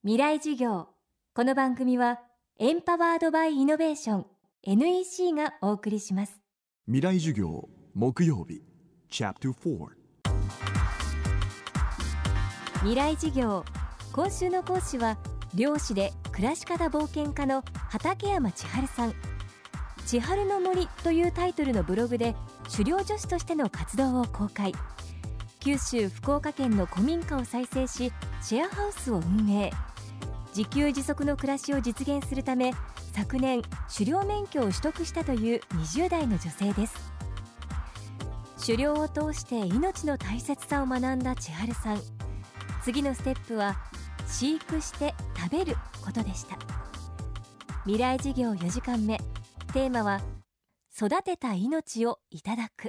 未来授業。この番組はエンパワードバイイノベーション NEC がお送りします。 未来授業木曜日チャプター4。 未来授業。今週の講師は漁師で暮らし方冒険家の畠山千春さん。千春の森というタイトルのブログで狩猟女子としての活動を公開。九州福岡県の古民家を再生しシェアハウスを運営。自給自足の暮らしを実現するため昨年狩猟免許を取得したという20代の女性です。狩猟を通して命の大切さを学んだ千春さん。次のステップは飼育して食べることでした。未来授業4時間目、テーマは育てた命をいただく。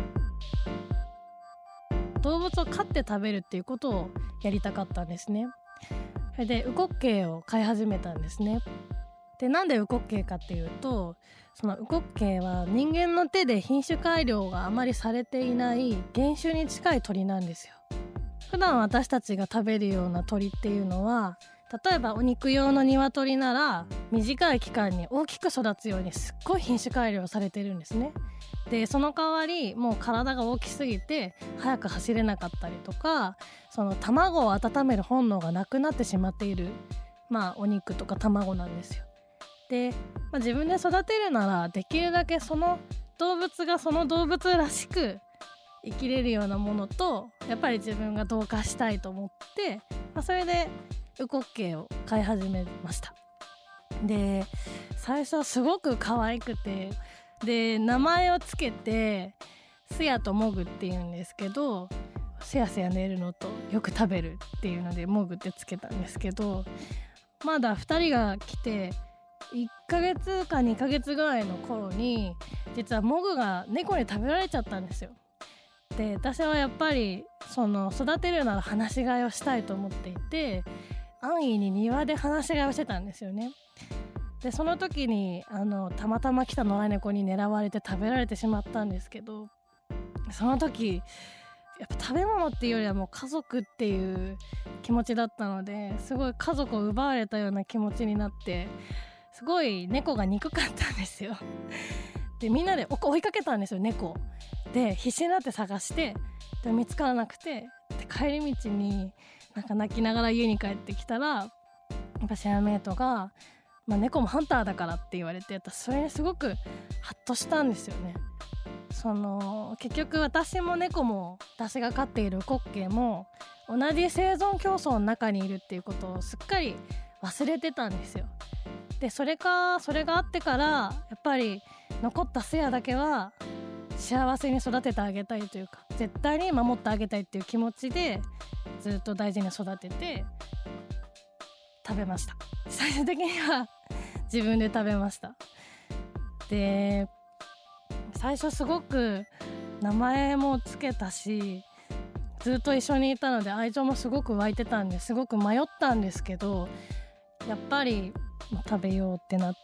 動物を飼って食べるっていうことをやりたかったんですね。それでウコッケイを飼い始めたんですね。で、なんでウコッケイかっていうと、そのウコッケイは人間の手で品種改良があまりされていない原種に近い鳥なんですよ。普段私たちが食べるような鳥っていうのは、例えばお肉用の鶏なら短い期間に大きく育つようにすっごい品種改良されてるんですね。で、その代わりもう体が大きすぎて早く走れなかったりとか、その卵を温める本能がなくなってしまっている、お肉とか卵なんですよ。で、自分で育てるならできるだけその動物がその動物らしく生きれるようなものと、やっぱり自分が同化したいと思って、それでウコッケイを飼い始めました。で、最初はすごく可愛くて、で、名前をつけてスヤとモグって言うんですけど、すやすや寝るのとよく食べるっていうのでモグってつけたんですけど、まだ2人が来て1ヶ月か2ヶ月ぐらいの頃に、実はモグが猫に食べられちゃったんですよ。で、私はやっぱりその育てるなら放し飼いをしたいと思っていて、安易に庭で放し飼いをしてたんですよね。で、その時にたまたま来た野良猫に狙われて食べられてしまったんですけど、その時やっぱ食べ物っていうよりはもう家族っていう気持ちだったので、すごい家族を奪われたような気持ちになって、すごい猫が憎かったんですよ。で、みんなで追いかけたんですよ、猫で。必死になって探して、で見つからなくて、で帰り道に泣きながら家に帰ってきたら、やっぱシェアメイトが猫もハンターだからって言われて、私それにすごくハッとしたんですよね。結局私も猫も私が飼っているウコッケイも同じ生存競争の中にいるっていうことをすっかり忘れてたんですよ。で、それがあってから、やっぱり残ったスヤだけは幸せに育ててあげたいというか、絶対に守ってあげたいっていう気持ちでずっと大事に育てて食べました。最終的には自分で食べました。で、最初すごく名前もつけたし、ずっと一緒にいたので愛情もすごく湧いてたんで、すごく迷ったんですけど、やっぱり食べようってなって、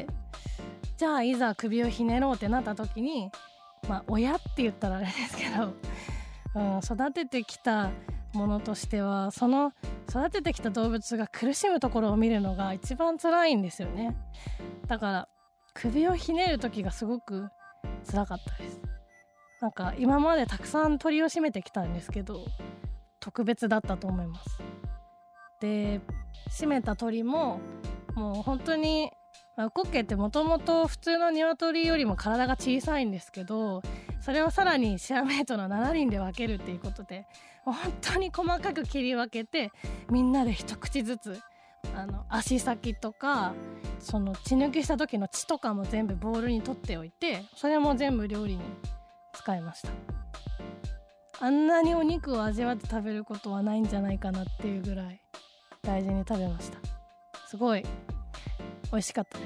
じゃあいざ首をひねろうってなった時に、親って言ったらあれですけど、育ててきたものとしては、その育ててきた動物が苦しむところを見るのが一番辛いんですよね。だから首をひねる時がすごく辛かったです。今までたくさん鳥を締めてきたんですけど、特別だったと思います。で、締めた鳥ももう本当に、ウコッケイってもともと普通の鶏よりも体が小さいんですけど、それをさらにシェアメイトの7人で分けるっていうことで、本当に細かく切り分けて、みんなで一口ずつ足先とか、その血抜きした時の血とかも全部ボウルに取っておいて、それも全部料理に使いました。あんなにお肉を味わって食べることはないんじゃないかなっていうぐらい大事に食べました。すごい美味しかったです。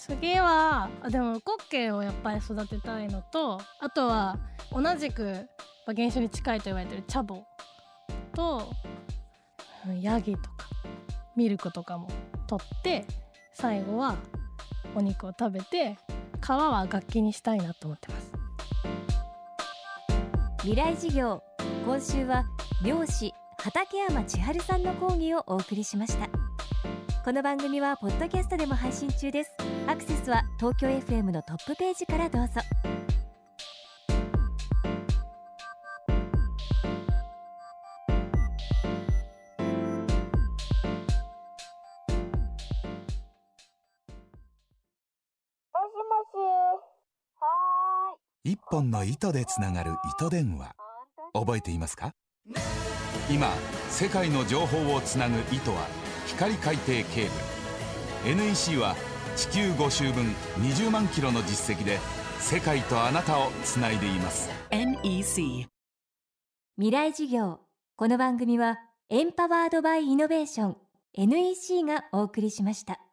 次はでもウコッケイをやっぱり育てたいのと、あとは同じく原種に近いと言われてるチャボとヤギとかミルクとかも取って、最後はお肉を食べて皮は楽器にしたいなと思ってます。 未来授業。今週は漁師畠山千春さんの講義をお送りしました。この番組はポッドキャストでも配信中です。アクセスは東京 FM のトップページからどうぞ。 一本の糸でつながる糸電話、覚えていますか？今世界の情報をつなぐ糸は光海底ケーブル。 NEC は地球5周分20万キロの実績で世界とあなたをつないでいます。 NEC 未来事業。この番組はエンパワードバイイノベーション NEC がお送りしました。